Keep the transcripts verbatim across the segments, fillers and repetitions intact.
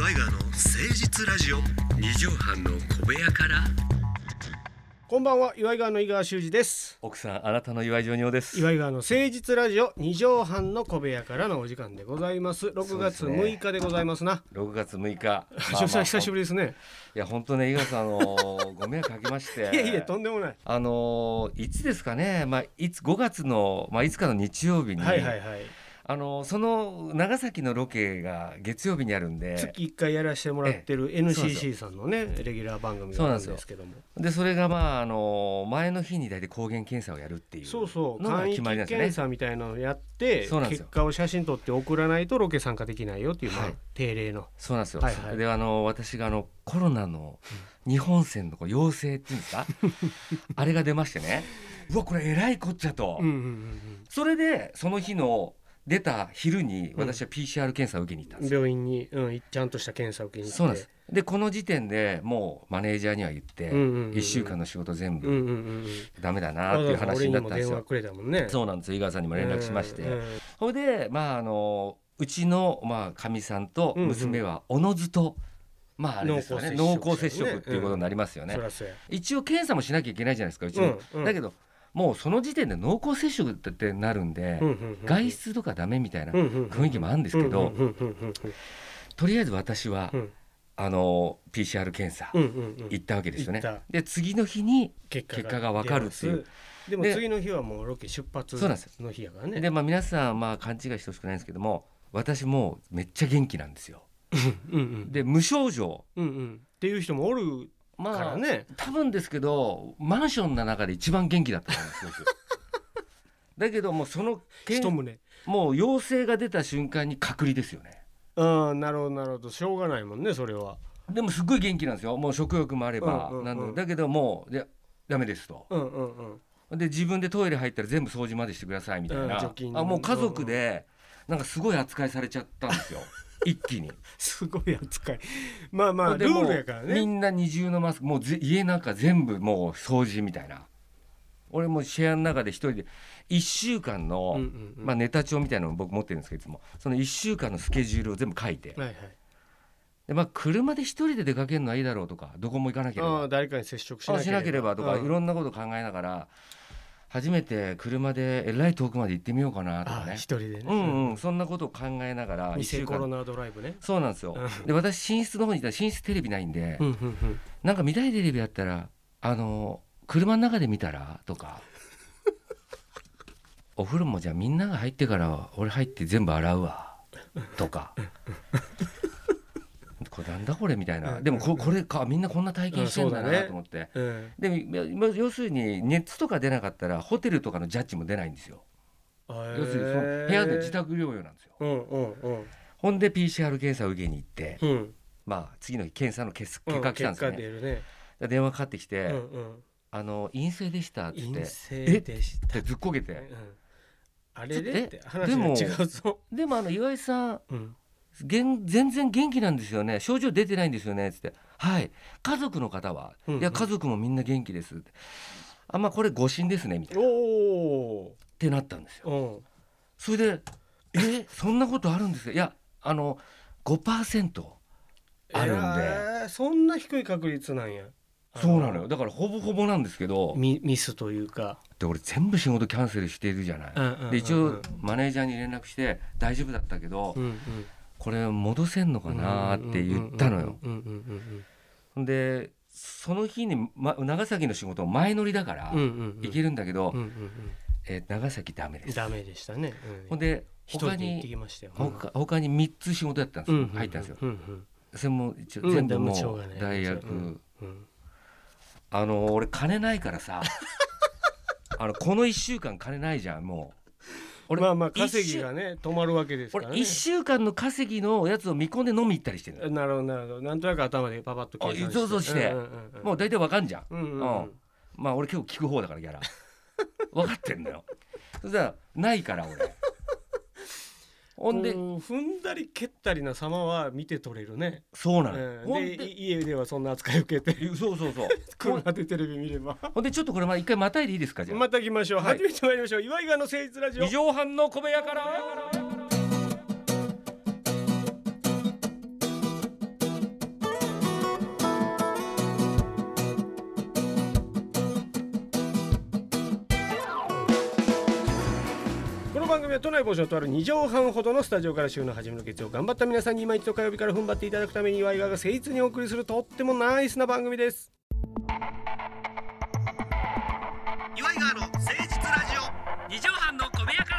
岩井川の誠実ラジオ。 二畳半の小部屋から。 こんばんは、岩井川の井川修司です。 奥さん、あなたの岩井ジョニオです。 岩井川の誠実ラジオ二畳半の小部屋からのお時間でございます。ろくがつむいかでございますな。 ろくがつむいか、 まあまあ、久しぶりですね。 いや本当ね、井川さん、あのー、ご迷惑かけましていやいや、とんでもない。 あのー、いつですかね、まあ、いつごがつの、まあ、いつかの日曜日に、 はいはいはい、 あのその長崎のロケが月曜日にあるんで、 月いっかいやらせてもらってる エヌシーシー さんのねレギュラー番組があるんですけども、 でそれが、まあ、あの前の日に大体抗原検査をやるっていうそうそうのが簡易決まりなんですよね。 検査みたいなのをやって結果を写真撮って送らないとロケ参加できないよっていう、まあはい、定例の。 そうなんですよ、 はいはい、 であの私があのコロナの日本線のこう陽性っていうんですかあれが出ましてね、うわこれえらいこっちゃと、 うんうんうんうん、 それでその日の出た昼に私は ピーシーアール 検査を受けに行ったんですよ、 うん、病院に、うん、ちゃんとした検査を受けに行って。 そうなんです。でこの時点でもうマネージャーには言って、うんうんうんうん、いっしゅうかんの仕事全部ダメだなっていう話になったんですよ。 俺にも電話くれたもんね。 そうなんですよ、井川さんにも連絡しまして、 うんうん、 それでまああのうちのかみ、まあ、さんと娘はおのずと、まああれですかね、濃厚接触っていうことになりますよね、うん、一応検査もしなきゃいけないじゃないですかうちの、うんうん、だけどもうその時点で濃厚接触ってなるんで、うんうんうんうん、外出とかダメみたいな雰囲気もあるんですけど、とりあえず私は、うん、あの ピーシーアール 検査行ったわけですよね、うんうんうん、で次の日に結果が分かるっていう。 でも次の日はもうロケ出発の日やからね。 で、まあ、皆さんまあ勘違いしてほしくないんですけども、私もうめっちゃ元気なんですようんうん、で無症状、 うんうん、っていう人もおるからね、 まあ、多分ですけどマンションの中で一番元気だったんですよだけどもうその一棟もう陽性が出た瞬間に隔離ですよね。 うん、なるほどなるほど、しょうがないもんねそれは。 でもすっごい元気なんですよ、もう食欲もあれば、うんうんうん、なんだけどもうでダメですと、うんうんうん、で自分でトイレ入ったら全部掃除までしてくださいみたいな、うん、あもう家族でなんかすごい扱いされちゃったんですよ一気にすごい扱い、まあまあルールやからね。 みんな二重のマスク、もう家なんか全部もう掃除みたいな。俺もシェアの中で一人でいっしゅうかんの、うんうんうん、まあ、ネタ帳みたいなのを僕持ってるんですけど、いつもそのいっしゅうかんのスケジュールを全部書いて、はいはい、でまあ、車で一人で出かけるのはいいだろうとか、どこも行かなければ、 あ誰かに接触しなければ、 しなければとか、いろんなことを考えながら初めて車でえらい遠くまで行ってみようかなとかね、 一人でね、 うんうん、そんなことを考えながら偽コロナドライブね。 そうなんですよで私寝室の方にいたら寝室テレビないんで、うんうんうん、なんか見たいテレビあったらあの車の中で見たらとかお風呂もじゃあみんなが入ってから俺入って全部洗うわとかこれなんだこれみたいな、でも こ, これかみんなこんな体験してんだなと思って、うん、で要するに熱とか出なかったらホテルとかのジャッジも出ないんですよ。要するにその部屋で自宅療養なんですよ、うんうんうん、ほんで ピーシーアール 検査を受けに行って、うん、まあ次の日検査の 結, 結果来たんですよね、うん、ね電話かかってきて、うんうん、あの陰性でしたって言って陰性でしたえってずっこけて、うん、 あれでって話が違うぞ。 でも、でもあの岩井さん、うん、全然元気なんですよね、症状出てないんですよねって言って、はい家族の方は、うんうん、いや家族もみんな元気ですって、あまあこれ誤診ですねみたいなおってなったんですよ、うん、それでえそんなことあるんですか、いやあの ごパーセント あるんで、 えー、そんな低い確率なんや。 そうなのよ、だからほぼほぼなんですけどミ, ミスというかで俺全部仕事キャンセルしてるじゃない、うんうんうんうん、で一応マネージャーに連絡して大丈夫だったけど、うんうん、これ戻せんのかなって言ったのよ。でその日に、ま、長崎の仕事前乗りだから行けるんだけど、うんうんうんえー、長崎ダメです。 ダメでしたね、うん、 ほんで他に他, 他にみっつ仕事やったんですよ、うんうんうん、入ったんですよ、うんうん、それも一応全部もう代役、うんうん、あの俺金ないからさあのこのいっしゅうかん金ないじゃんもう俺まあまあ稼ぎがね止まるわけですからね。 俺いっしゅうかんの稼ぎのやつを見込んで飲み行ったりしてる。 なるほどなるほど、なんとなく頭でパパッと計算してそうそうして、うんうんうん、もう大体わかんじゃん、うんうんうん、まあ俺結構聞く方だからギャラ分かってんのよ。そしたらないから俺ほんで踏んだり蹴ったりな様は見て取れるね。 そうなの、 うん、で, で家ではそんな扱い受けてそうそうそう車でテレビ見ればほんでちょっとこれ一回またいでいいですか。じゃあまた来ましょう、はい、始めてまいりましょう。岩井川の誠実ラジオ二畳半の小部屋から。 は都内某所のとあるにじょうはんほどのスタジオから週の初めの月曜頑張った皆さんに今一度火曜日から踏ん張っていただくために岩井川が誠実にお送りするとってもナイスな番組です。 岩井川の誠実ラジオ二畳半の小部屋から。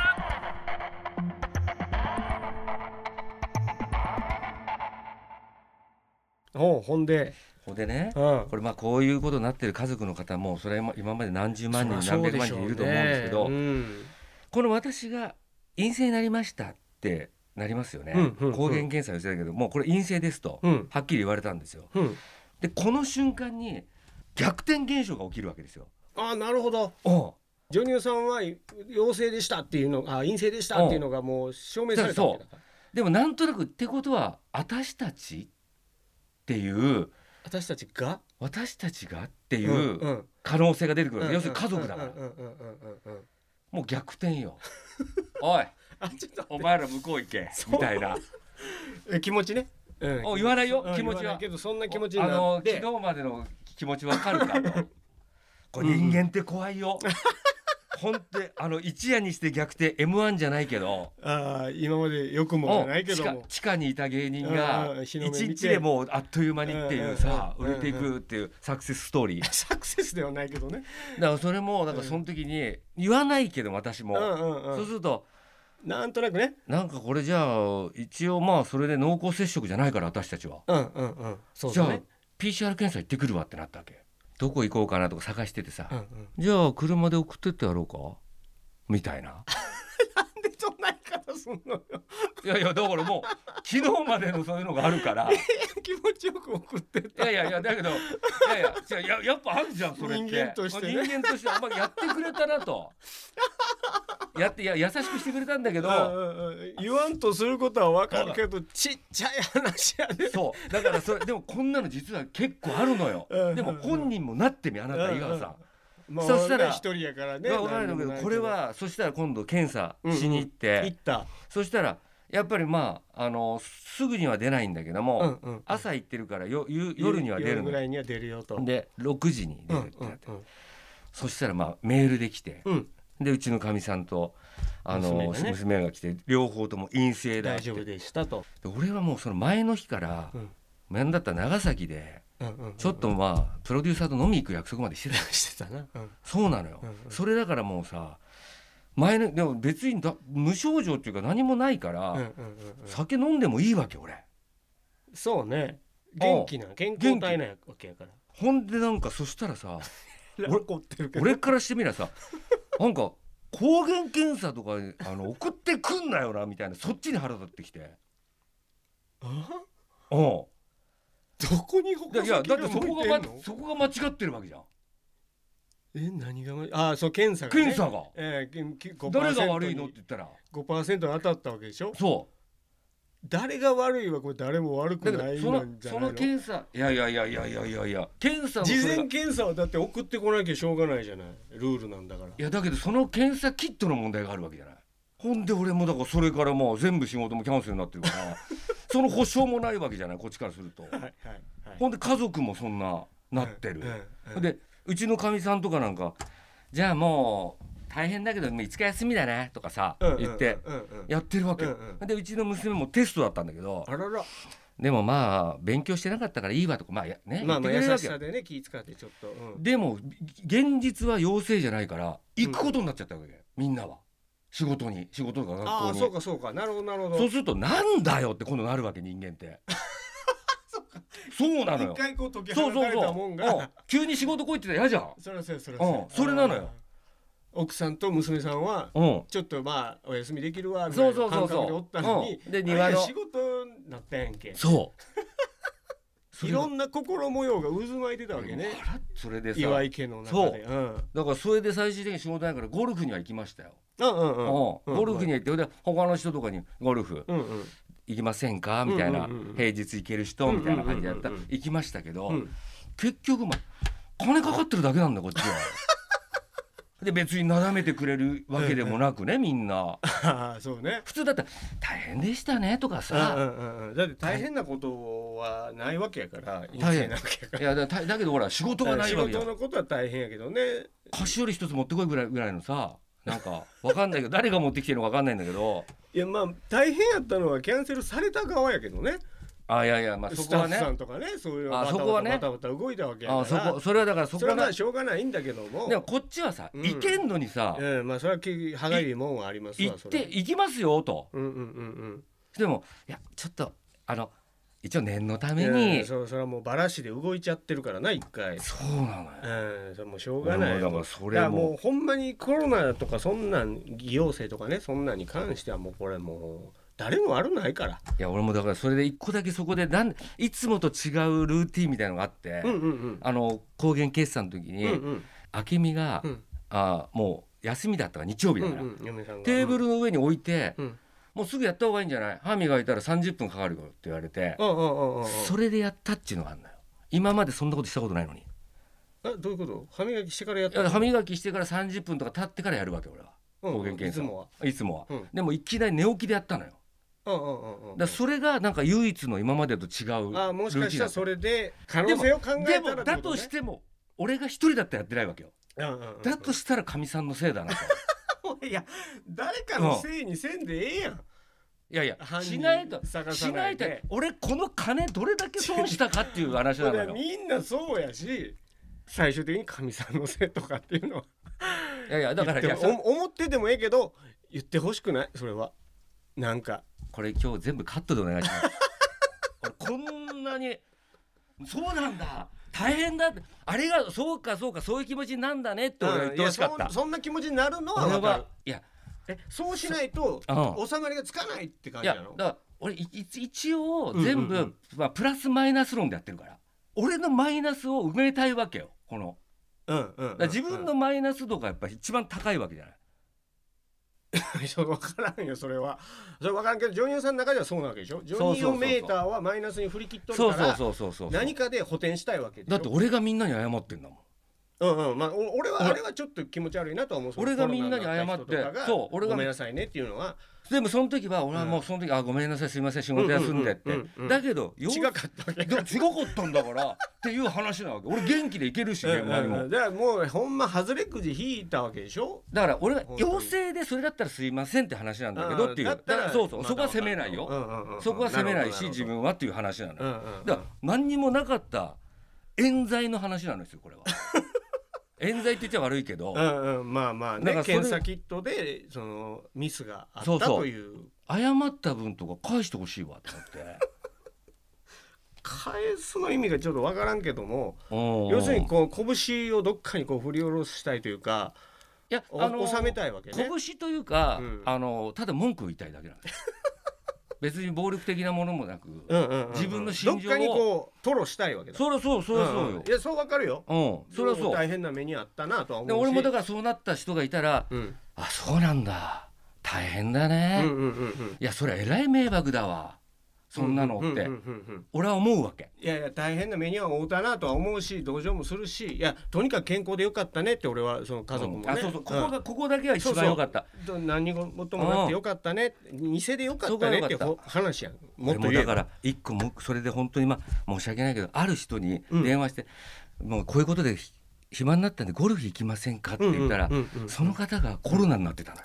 おうほんでほんでね、 うん、 これまあこういうことになってる家族の方もそれは今まで何十万人何百万人いると思うんですけど、 うん、 この私が陰性になりましたってなりますよね、うんうんうん、抗原検査をしてたけどもうこれ陰性ですと、うん、はっきり言われたんですよ、うん、でこの瞬間に逆転現象が起きるわけですよ。 ああなるほど。ジョニオさんは陽性でしたっていうのあ陰性でしたっていうのがもう証明されたわけだから。 でもなんとなくってことは私たちっていう私たちが私たちがっていう可能性が出てくる、うんうん、要するに家族だからもう逆転よおいお前ら向こう行けみたいなえ気持ちね、 うん、お言わないよ、うん、気持ちはけどそんな気持ちになってあの昨日までの気持ちわかるかとこれ人間って怖いよ、うん本当あの一夜にして逆転 エムワン じゃないけどあ今までよくもじゃないけども地下にいた芸人が一日でもうあっという間にっていうさ売れていくっていうサクセスストーリーサクセスではないけどね。 だからそれもなんかその時に言わないけど私も、うんうんうん、そうするとなんとなくねなんかこれじゃあ一応まあそれで濃厚接触じゃないから私たちは、 うんうんうんそうだね、じゃあ ピーシーアール 検査行ってくるわってなったわけ。どこ行こうかなとか探しててさ、うんうん、じゃあ車で送ってってやろうかみたいななんでそんな言い方すんのよいやいやだからもう昨日までのそういうのがあるから気持ちよく送ってた。 いやいやいやだけどいやいやややっぱあるじゃんそれって人間として、ね、 人間としてあんまりやってくれたなとやっていや優しくしてくれたんだけど言わんとすることは分かるけどちっちゃい話やね。 そうだからそれでもこんなの実は結構あるのよでも本人もなってみあなた井川さんまあ、そしたら一人やからね、 まあ、これはそしたら今度検査しに行って、うんうん、 行ったそしたらやっぱりまああのすぐには出ないんだけども、うんうん、朝行ってるからよ夜には出るの夜ぐらいには出るよとでろくじに出るってなって、うんうんうん、そしたらまあメールで来て、うん、でうちのかみさんとあの 娘,、ね、娘が来て両方とも陰性だって大丈夫でしたと。 で俺はもうその前の日から、うん、なんだったら長崎でうんうんうんうん、ちょっとまあプロデューサーと飲み行く約束までしてたしてたな、うん、 そうなのよ、うんうん、それだからもうさ前のでも別にだ無症状っていうか何もないから、うんうんうんうん、酒飲んでもいいわけ俺。 そうね元気な健康体なわけやからほんでなんかそしたらさ俺からしてみりゃさなんか抗原検査とかあの送ってくんなよなみたいなそっちに腹立ってきてああどこに他いやだってそこが、ま、そこが間違ってるわけじゃん。 え何があそう検査が、ね、 検査が、 えー、 誰が悪いのって言ったらごパーセント 当たったわけでしょ。 そう誰が悪いわこれ誰も悪くないんじゃないの。 その検査いやいやいやいやいやいやいや検査事前検査はだって送ってこなきゃしょうがないじゃないルールなんだから。いやだけどその検査キットの問題があるわけじゃない。ほんで俺もだからそれからもう全部仕事もキャンセルになってるからその保証もないわけじゃないこっちからすると、はいはいはい、ほんで家族もそんななってる、はいはいはい、でうちのかみさんとかなんかじゃあもう大変だけどいつか休みだねとかさ、うん、言ってやってるわけよ、うんうん、でうちの娘もテストだったんだけどあららでもまあ勉強してなかったからいいわとかまあねまあまあ優しさでね気使ってちょっと、 うん、でも現実は陽性じゃないから行くことになっちゃったわけ、うん、みんなは仕事に仕事とか学校に。 ああそうかそうかなるほどなるほど。 そうするとなんだよって今度なるわけ人間ってそうかそうなのよ。 一回こう解き放たれたもんがそうそうそう急に仕事来いって言ったら嫌じゃん。 それそれそれそれ、 うん、それなのよ。 奥さんと娘さんは、うん、ちょっとまあお休みできるわみたいな感覚でおったのに、 で庭の仕事になったやんけ。 そういろんな心模様が渦巻いてたわけね。 それでさ岩井家の中で、 うん、だからそれで最終的に仕事ないからゴルフには行きましたよ。 うんうんうん、 ゴルフに行ってで他の人とかにゴルフ行きませんかみたいな、平日行ける人みたいな感じでやった行きましたけど、うん、結局まあ金かかってるだけなんだこっちはで別になだめてくれるわけでもなくね、みんなあそうね普通だったら大変でしたねとかさ、 うんうんうん、だって大変なことはないわけやから大変なわけやからいや だ, だけどほら仕事がないわけや。 仕事のことは大変やけどね菓子折り一つ持ってこいぐらいぐらいのさなんか分かんないけど誰が持ってきてるのか分かんないんだけどいやまあ大変やったのはキャンセルされた側やけどね。 あいやいやまあそこはねスタッフさんとかねそういうのあバタバタそこはねバタバタ動いたわけやからあそこそれはだからそこそれはまがあしょうがないんだけどもでもこっちはさ、うん、行けんのにさ、 うん、まあそれは歯がゆいもんはありますわ。 行って行きますよと、 うんうんうんうん、 でもいやちょっとあの一応念のためにそ, それはもうバラシで動いちゃってるからな一回。 そうなのよ、 うん、それもうしょうがない。 だからそれもだからもうほんまにコロナとかそんなん偽陽性とかねそんなんに関してはもうこれもう誰も悪ないから。いや俺もだからそれで一個だけそこでなんいつもと違うルーティンみたいなのがあって、 うんうんうん、 あの抗原検査の時に、うんうん、明美が、うん、あもう休みだったから日曜日だから、うんうん、テーブルの上に置いて、うん、もうすぐやった方がいいんじゃない歯磨いたらさんじゅっぷんかかるよって言われて、うんうんうんうん、それでやったっていうのがあるのよ。今までそんなことしたことないのに。 あどういうこと？歯磨きしてからやったの？ 歯磨きしてからさんじゅっぷんとか経ってからやるわけ俺は、うん、抗原検査いつもはいつもは、うん、でもいきなり寝起きでやったのよ。うんうんうんうん、だそれがなんか唯一の今までと違う。 あもしかしたらそれで可能性を考えたら、ね、 でもだとしても俺が一人だったらやってないわけよ、うんうんうんうん、だとしたらかみさんのせいだなといや誰かのせいにせんでええやん、うん、 いやいやしないとしないと俺この金どれだけ損したかっていう話なのよみんなそうやし最終的にかみさんのせいとかっていうのはいやいやだからいや思っててもええけど言ってほしくないそれはなんかこれ今日全部カットでお願いしますこんなにそうなんだ大変だってあれがそうかそうかそういう気持ちなんだねって俺は言ってほしかった、うん、 そ, そんな気持ちになるのは分かる。いやえそうしないと、うん、収まりがつかないって感じなの。いやだから俺一応全部、うんうんうんまあ、プラスマイナス論でやってるから俺のマイナスを埋めたいわけよこの、うんうんうんうん、だ自分のマイナス度がやっぱり一番高いわけじゃない分からんよそれはそれ分からんけどジョニオさんの中ではそうなわけでしょ。ジョニオメーターはマイナスに振り切っとるから何かで補填したいわけでしょ。 だって俺がみんなに謝ってんだもん。 うんうんまあ俺はあれはちょっと気持ち悪いなとは思う。 俺がみんなに謝ってそう俺がごめんなさいねっていうのはでもその時は俺はもうその時、うん、あごめんなさいすいません仕事休んでって、うんうんうんうん、だけど違かったわけ違かったんだからっていう話なわけ。俺元気でいけるし現場にも、 うんうん、だからもうほんま外れくじ引いたわけでしょ。 だから俺は陽性でそれだったらすいませんって話なんだけどっていうだったらそうそうそこは責めないよ、うんうんうん、そこは責めないし自分はっていう話なのよ、うんうんうん、だから何にもなかった冤罪の話なんですよこれは冤罪って言っちゃ悪いけど、 うんうん、まあまあね検査キットでそのミスがあったという。 謝った分とか返してほしいわと思って返すの意味がちょっと分からんけども要するにこう拳をどっかにこう振り下ろしたいというかいやあの収めたいわけね。 拳というか、うん、あのただ文句を言いたいだけなんです別に暴力的なものもなく、うんうんうんうん、自分の心情をどっかにこう吐露したいわけだ。 そりゃそうそりゃそうよ、 うん、いやそう分かるよ、 うん、そりゃそう大変な目にあったなとは思うしで俺もだからそうなった人がいたら、うん、あそうなんだ大変だね、うんうんうんうん、いやそれはえらい迷惑だわそんなのって、うんうんうんうん、俺は思うわけ。 いやいや大変な目には遭うたなとは思うし同情もするしいやとにかく健康でよかったねって俺はその家族もね、うん、あそうそうここが、うん、ここだけは一番よかったそうそう何事もなってよかったね、うん、店でよかったねって話やん。 もっと言えばだから一個もそれで本当にまあ申し訳ないけどある人に電話して、うん、もうこういうことで暇になったんでゴルフ行きませんかって言ったら、うんうんうんうん、その方がコロナになってたのよ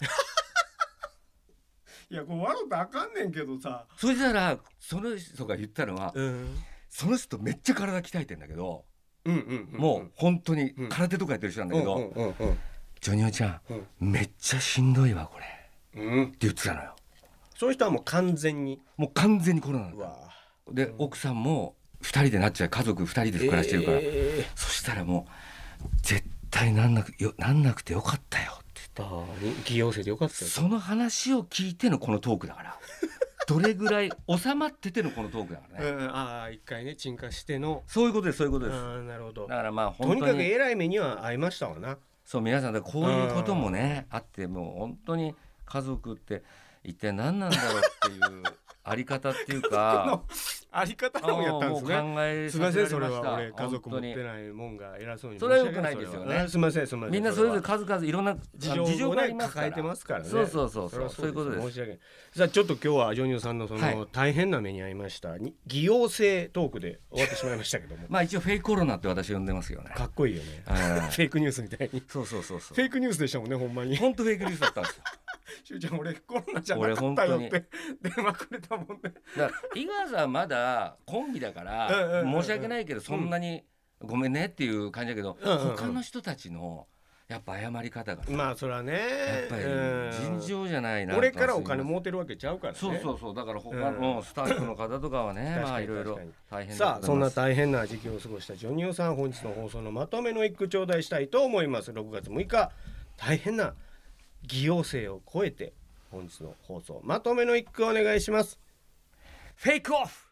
いやこう笑うとあかんねんけどさそしたらその人が言ったのは、うん、その人めっちゃ体鍛えてんだけど、うんうんうんうん、もう本当に空手とかやってる人なんだけど、うんうんうんうん、ジョニオちゃん、うん、めっちゃしんどいわこれ、うん、って言ってたのよ。 そういう人はもう完全にもう完全にコロナなんだで、うん、奥さんもふたりでなっちゃう家族ふたりで暮らしてるから、えー、そしたらもう絶対なんなくよなんなくてよかったよ偽陽性でよかったよ。 その話を聞いてのこのトークだからどれぐらい収まっててのこのトークだからね、 うん、ああ一回ね沈下してのそういうことですそういうことです。 あなるほど。 だからまあ本当にとにかくえらい目には遭いましたわな。 そう皆さんだこういうこともねあってもう本当に家族って一体何なんだろうっていうあり方っていうかあり方もやったんですね。 考えすみません、それは俺家族持ってないもんが偉そうに申し訳ない。 それは良くないですよね。 すみません、すみません。 みんなそれぞれ数々いろんな事情を、ね、抱えてますからね。 そうそうそうそう、そういうことです。 申し訳ない。さあちょっと今日はジョニオさんのその、はい、大変な目に遭いました偽陽性トークで終わってしまいましたけどもまあ一応フェイクコロナって私呼んでますよね。 かっこいいよね。フェイクニュースみたいに。 そうそうそうそう。 フェイクニュースでしたもんね、ほんまに。 本当フェイクニュースだったんですよ。 しゅうちゃん俺コロナじゃなかったよって電話くれたもんね。 だから井川さんまだコンビだから申し訳ないけどそんなにごめんねっていう感じだけど、うん、他の人たちのやっぱ謝り方がまあそれはねやっぱり尋常じゃないな。 俺からお金儲てるわけちゃうからね。 そうそうそう、だから他のスタッフの方とかはね、まあいろいろ大変だ。 さあそんな大変な時期を過ごしたジョニオさん、本日の放送のまとめの一句頂戴したいと思います。ろくがつむいか、大変な偽陽性を超えて本日の放送まとめの一句お願いします。 フェイクオフ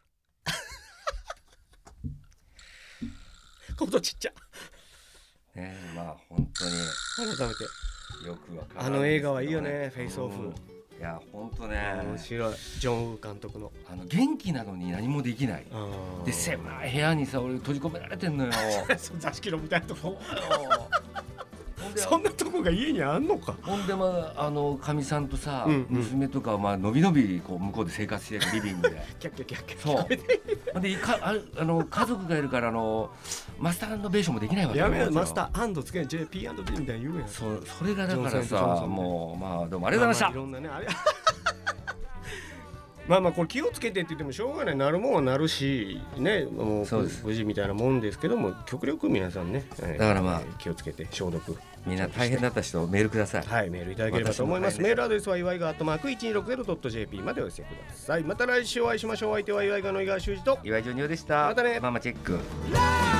ことちっちゃねえ、まあ本当に改めてよくわかる、 あの映画はいいよね、フェイスオフ。 いや本当ね面白い。ジョン・ウー監督のあの元気なのに何もできないで狭い部屋にさ俺閉じ込められてんのよ座敷のみたいなとこそんなとこが家にあんのか。 ほんでまああのかみさんとさ、うんうん、娘とかまあのびのびこう向こうで生活してるリビングでキャッキャキャッキャそうでか あ, あの家族がいるからあのマスターベーションもできないわけよ。 やめよマスターアンドつけん ジェーピーアンドディー みたいに言うやん。 そ, それがだからさもうまあどうもありがとうございました。 まあ、まあいろんなねあれまあまあこれ気をつけてって言ってもしょうがない、なるもんはなるしね、もう無事みたいなもんですけども極力皆さんねだからまあ気をつけて消毒みんな大変だった人メールください。 はい、メールいただければと思います。メールアドレスは祝いがアットマーク いちにろくゼロドットジェーピー までお寄せください。また来週お会いしましょう。お相手は祝いがの井川修司と岩井ジョニオでした。 またね。 ママチェック。